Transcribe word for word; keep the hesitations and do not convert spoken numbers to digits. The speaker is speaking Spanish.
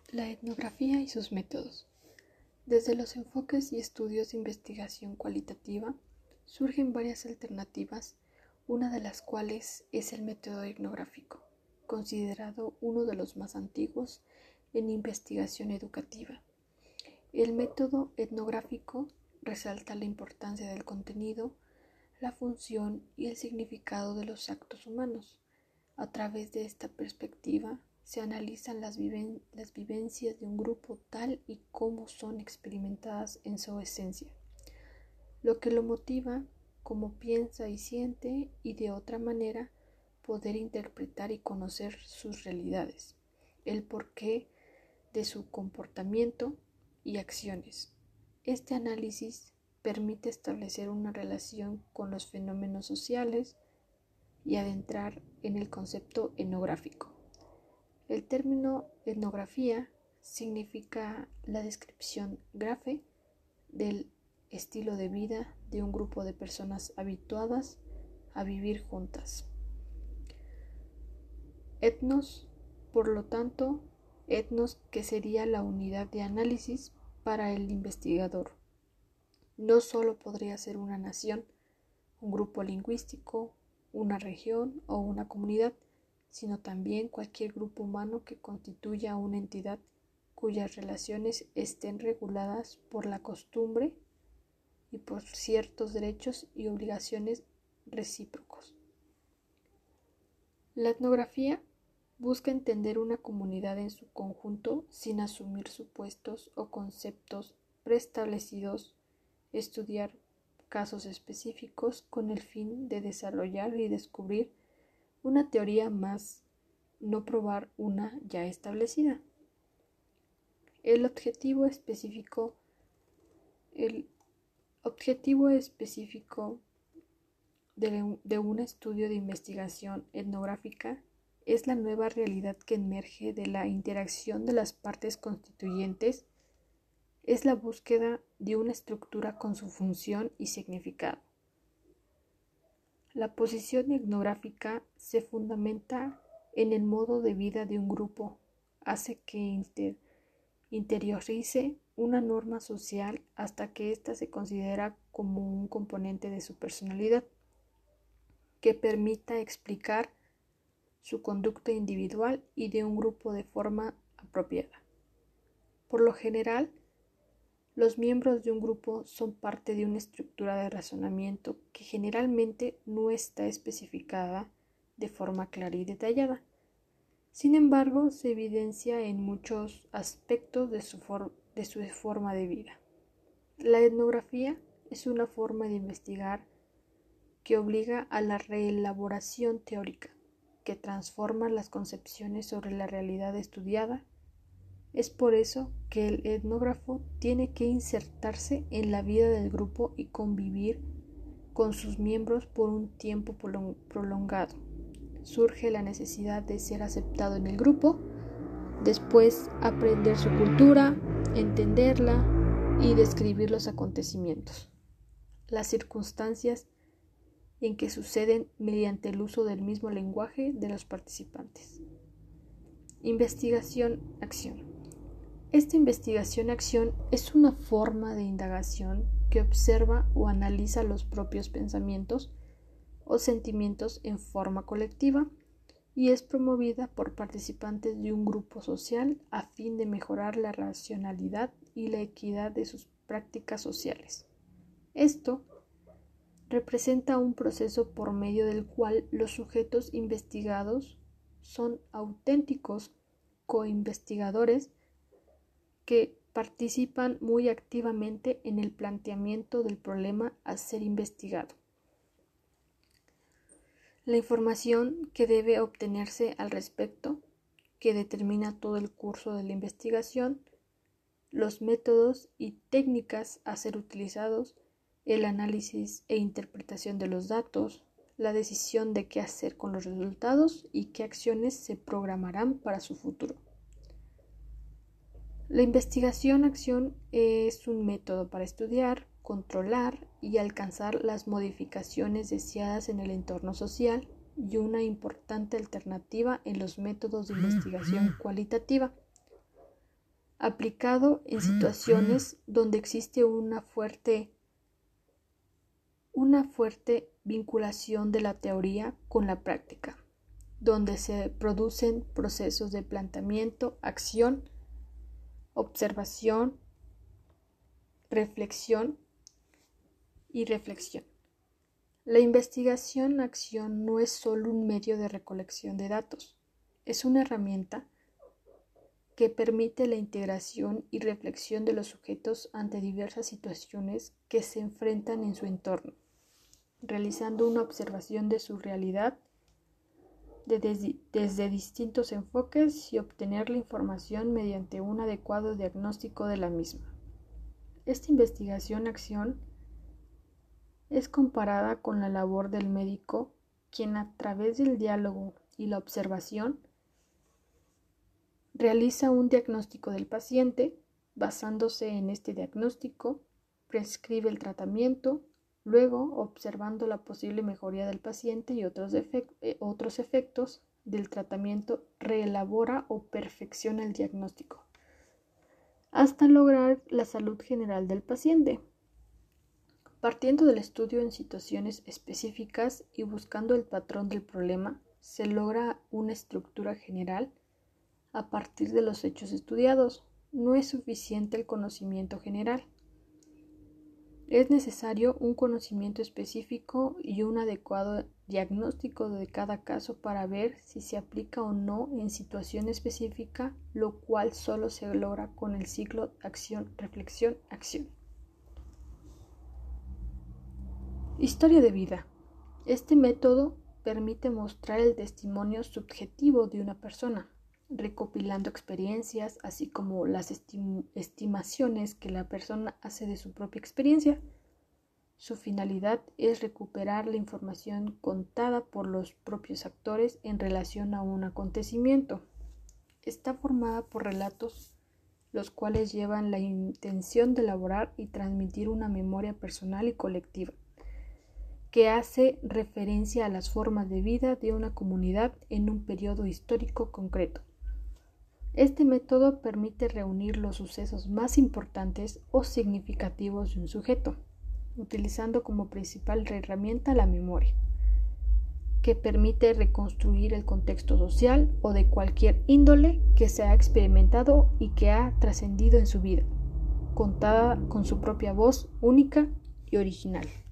La etnografía y sus métodos. Desde los enfoques y estudios de investigación cualitativa surgen varias alternativas, una de las cuales es el método etnográfico, considerado uno de los más antiguos en investigación educativa. El método etnográfico resalta la importancia del contenido, la función y el significado de los actos humanos. A través de esta perspectiva se analizan las, viven- las vivencias de un grupo tal y como son experimentadas en su esencia, lo que lo motiva, cómo piensa y siente, y de otra manera poder interpretar y conocer sus realidades, el porqué de su comportamiento y acciones. Este análisis permite establecer una relación con los fenómenos sociales y adentrar en el concepto etnográfico. El término etnografía significa la descripción grafe del estilo de vida de un grupo de personas habituadas a vivir juntas. Etnos, por lo tanto, etnos que sería la unidad de análisis para el investigador. No solo podría ser una nación, un grupo lingüístico, una región o una comunidad, sino también cualquier grupo humano que constituya una entidad cuyas relaciones estén reguladas por la costumbre y por ciertos derechos y obligaciones recíprocos. La etnografía busca entender una comunidad en su conjunto sin asumir supuestos o conceptos preestablecidos, estudiar casos específicos con el fin de desarrollar y descubrir una teoría más, no probar una ya establecida. El objetivo específico, el objetivo específico de, de un estudio de investigación etnográfica es la nueva realidad que emerge de la interacción de las partes constituyentes, es la búsqueda de una estructura con su función y significado. La posición etnográfica se fundamenta en el modo de vida de un grupo, hace que inter, interiorice una norma social hasta que ésta se considera como un componente de su personalidad, que permita explicar su conducta individual y de un grupo de forma apropiada. Por lo general, los miembros de un grupo son parte de una estructura de razonamiento que generalmente no está especificada de forma clara y detallada. Sin embargo, se evidencia en muchos aspectos de su, for- de su forma de vida. La etnografía es una forma de investigar que obliga a la reelaboración teórica, que transforma las concepciones sobre la realidad estudiada. Es por eso que el etnógrafo tiene que insertarse en la vida del grupo y convivir con sus miembros por un tiempo prolongado. Surge la necesidad de ser aceptado en el grupo, después aprender su cultura, entenderla y describir los acontecimientos, las circunstancias en que suceden mediante el uso del mismo lenguaje de los participantes. Investigación-acción. Esta investigación-acción es una forma de indagación que observa o analiza los propios pensamientos o sentimientos en forma colectiva y es promovida por participantes de un grupo social a fin de mejorar la racionalidad y la equidad de sus prácticas sociales. Esto representa un proceso por medio del cual los sujetos investigados son auténticos coinvestigadores que participan muy activamente en el planteamiento del problema a ser investigado. La información que debe obtenerse al respecto, que determina todo el curso de la investigación, los métodos y técnicas a ser utilizados, el análisis e interpretación de los datos, la decisión de qué hacer con los resultados y qué acciones se programarán para su futuro. La investigación-acción es un método para estudiar, controlar y alcanzar las modificaciones deseadas en el entorno social y una importante alternativa en los métodos de investigación cualitativa. aplicado en situaciones donde existe una fuerte, una fuerte vinculación de la teoría con la práctica, donde se producen procesos de planteamiento, acción, observación, reflexión y reflexión. La investigación-acción no es solo un medio de recolección de datos, es una herramienta que permite la integración y reflexión de los sujetos ante diversas situaciones que se enfrentan en su entorno, realizando una observación de su realidad de desde, desde distintos enfoques y obtener la información mediante un adecuado diagnóstico de la misma. Esta investigación-acción es comparada con la labor del médico, quien a través del diálogo y la observación realiza un diagnóstico del paciente, basándose en este diagnóstico, prescribe el tratamiento, luego, observando la posible mejoría del paciente y otros, efect- eh, otros efectos del tratamiento, reelabora o perfecciona el diagnóstico, hasta lograr la salud general del paciente. Partiendo del estudio en situaciones específicas y buscando el patrón del problema, se logra una estructura general a partir de los hechos estudiados. No es suficiente el conocimiento general. Es necesario un conocimiento específico y un adecuado diagnóstico de cada caso para ver si se aplica o no en situación específica, lo cual solo se logra con el ciclo acción, reflexión, acción. Historia de vida. Este método permite mostrar el testimonio subjetivo de una persona, recopilando experiencias, así como las estim- estimaciones que la persona hace de su propia experiencia. Su finalidad es recuperar la información contada por los propios actores en relación a un acontecimiento. Está formada por relatos, los cuales llevan la intención de elaborar y transmitir una memoria personal y colectiva, que hace referencia a las formas de vida de una comunidad en un periodo histórico concreto. Este método permite reunir los sucesos más importantes o significativos de un sujeto, utilizando como principal herramienta la memoria, que permite reconstruir el contexto social o de cualquier índole que se ha experimentado y que ha trascendido en su vida, contada con su propia voz única y original.